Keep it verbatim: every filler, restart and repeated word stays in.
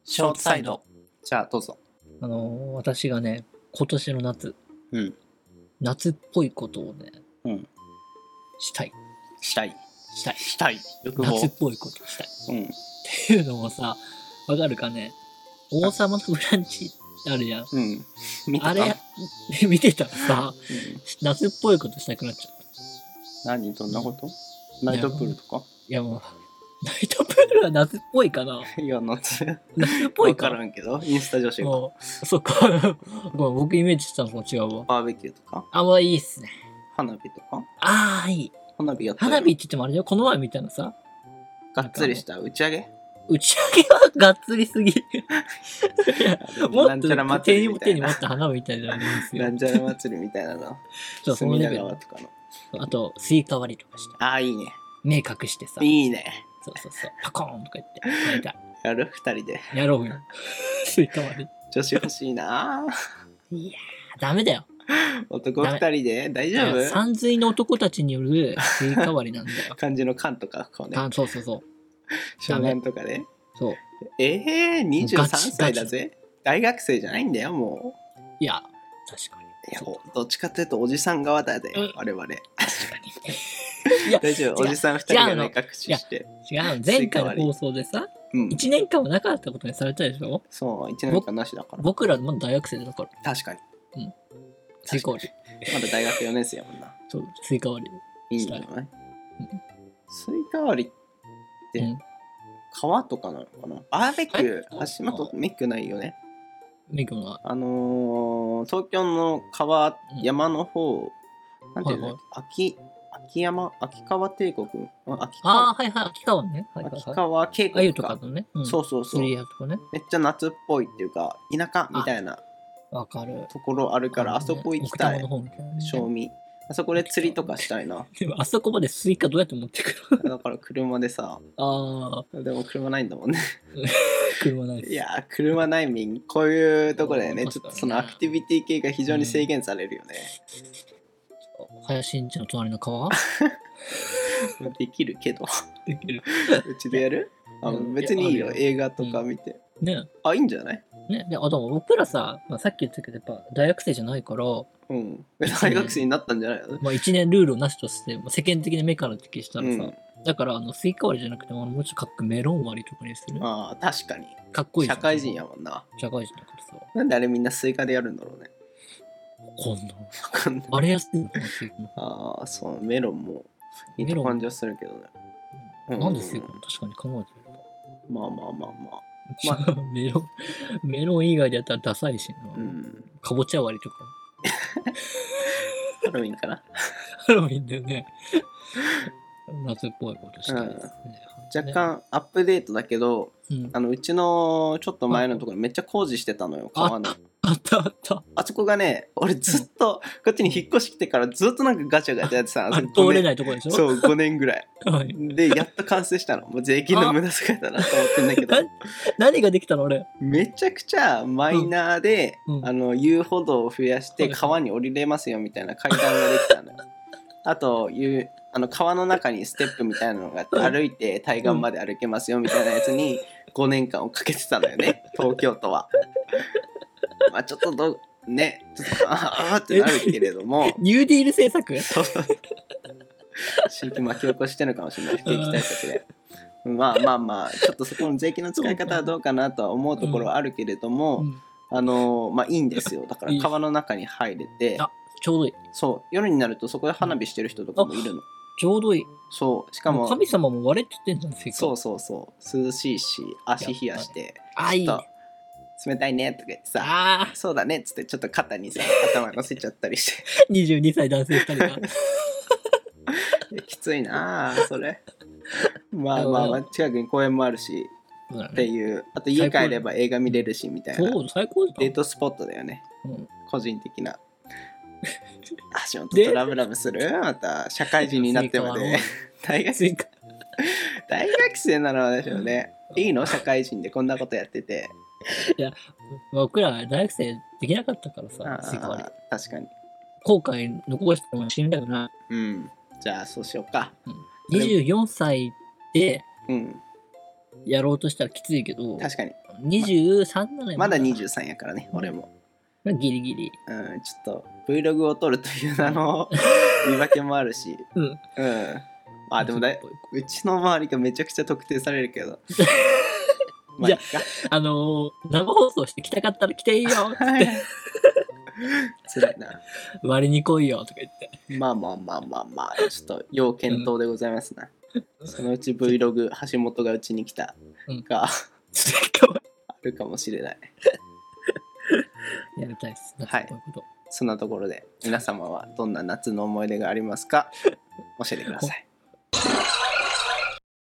ショートサイド。 じゃあどうぞ。 あのー、私がね、今年の夏、 うん。 夏っぽいことをね、 うん。 したい。 したい。 したい。 したい。欲望。 夏っぽいことしたい。 うん。 っていうのもさ、わかるかね、王様のブランチあるじゃん。 うん。見てたあれ、見てたらさ、 うん、 夏っぽいことしたくなっちゃった。 何どんなこと、ナイトプールとかいやもう、ナイトプールは夏っぽいかな。 いや、夏。 夏っぽいか。 わからんけど、インスタ女子が。 そっか。ごめん、僕イメージしてたのと違うわ。 バーベキューとかあ、まあいいっすね。 花火とかああ、いい。 花火やった花火って言ってもあれだよ、この前みたいなさ。 がっつりした打ち上げ打ち上げはがっつりすぎ。いやもっと手に手に持った花火みたいなのいいんですよ。 なんちゃら祭りみたいなの。 そう、そのレベル。 川とかの。 あと、スイカ割りとかして。 ああ、いいね。 目隠してさ。 いいね。 そうそうそう。パコーンとか言って。やりたい。 やる二人で。 やろうよ。スイカ割り。 女子欲しいな。 いやー、ダメだよ。 男二人で大丈夫？ 山水の男たちによるスイカ割りなんだよ。 漢字の漢とかこうね。 あ、そうそうそう。 湘南とかで。 そう。 ええー、にじゅうさんさいだぜ。大学生じゃないんだよ、もう。いや、確かに。 いや、どっちかというとおじさん側だぜ、うん、我々。確かに。いや大丈夫、おじさん二人が目隠しして。 違うの、前回の放送でさ、うん、いちねんかんはなかったことにされたでしょ。 そう、いちねんかんなしだから。 僕らまだ大学生だから。 確かに。 うん。スイカ割り。まだ大学よねん生やもんな。 そう、スイカ割り。いいんじゃない、うん、スイカ割りって、うん、川とかなのかな。バーベキュー、橋本メックないよね。 メックない。 あのー、東京の川、山の方、なんていうの、はいはい、秋、秋山、秋川帝国。秋川ああ、はいはい、秋川ね。はいはいはい、 秋川渓谷か。 あゆとかのね。 うん、そうそうそう。 ね、 めっちゃ夏っぽいっていうか、田舎みたいなわかるところあるから、あそこ行きたい。賞味。あそこで釣りとかしたいな。 でもあそこまでスイカどうやって持ってくるだから車でさ。 ああ。 でも車ないんだもんね。 車ないです。 いや、車ないみん、こういうところでね、ちょっとそのアクティビティ系が非常に制限されるよね。 うん、林んちの隣の川できるけど。 できる。 うちでやるあ別にいいよ、映画とか見て。 うん、ねあ、いいんじゃないね、で、あ、でも僕らさ、まあ、さっき言ったけど、やっぱ大学生じゃないから、 うん。大学生になったんじゃないの？ まあいちねんルールをなしとして、まあ、世間的な目から的したらさ、うん、だからあのスイカ割りじゃなくても、もうちょっとかっこメロン割りとかにする。 ああ、確かに。 かっこいい。 社会人やもんな。 社会人だからさ。 なんであれみんなスイカでやるんだろうね。 わかんない。わかんない。あれ安いのかな、スイカ。 ああ、そう、メロンもいい感じはするけどね。 うん、なんでスイカも確かに考えてる。 まあまあまあまあ。 まあ、メロン、メロン以外でやったらダサいしな。 うん。 かぼちゃ割りとか。 ハロウィンかなハロウィンだよね。夏っぽいことしたいですね。 うん、若干アップデートだけど、うん、あのうちのちょっと前のところめっちゃ工事してたのよ、川の。 あったあった。 あそこがね、俺ずっと、こっちに引っ越してきてからずっとなんかガチャガチャやってたの。 通れないところでしょ。 そう、ごねんぐらい。はい、で、やっと完成したの。もう税金の無駄遣いだなと思ってんだけど。 何ができたの俺。 めちゃくちゃマイナーで、うん、あの遊歩道を増やして川に降りれますよみたいな階段ができたのよ。あというあの川の中にステップみたいなのがあって、歩いて対岸まで歩けますよみたいなやつにごねんかんをかけてたのよね、東京都は。まあちょっとどね、ちょっとああってなるけれども。 ニューディール政策新規巻き起こしてるかもしれない、不景気対策で。まあまあまあ、ちょっとそこの税金の使い方はどうかなとは思うところはあるけれども、うんうん、あのまあいいんですよ。だから川の中に入れて、 あ、ちょうどいい。 そう、夜になるとそこで花火してる人とかもいるの。 ちょうどいい。 そう、しかも神様も割れって言ってんじゃん。 そうそうそう、涼しいし、足冷やして、 あ、いい。 冷たいねとか言ってさ、あそうだねっつってちょっと肩にさ頭乗せちゃったりしてにじゅうにさい男性ふたりがきついなあそれ。まあまあまあ近くに公園もあるし、ね、っていう、あと家帰れば映画見れるしみたいな、 そう最高だ。 デートスポットだよね、うん、個人的な。足元とラブラブするまた社会人になってまで大学生大学生なのでしょうね。いいの社会人でこんなことやってて。 いや、僕ら大学生できなかったからさ、 スイカ割り。確かに。 後悔残しても死んだよな。 うん。じゃあそうしようか。 うん、にじゅうよんさいで、 うん、 やろうとしたらきついけど、 確かに。 にじゅうさんならまだにじゅうさんやからね、俺も。 ギリギリ。 うん、ちょっと Vlog を撮るという名の言い訳もあるし。 うん。 うん。あ、でもだい、うちの周りがめちゃくちゃ特定されるけど。まあ、いや、 あのー、生放送して来たかったら来ていいよって。 つらいな。 割に来いよとか言って。 まあまあまあまあまあ、ちょっと要検討でございますな。うん、そのうち Vlog 橋本がうちに来たが、うん、あるかもしれない。 やりたいです。 はい。そんなところで皆様はどんな夏の思い出がありますか教えてください。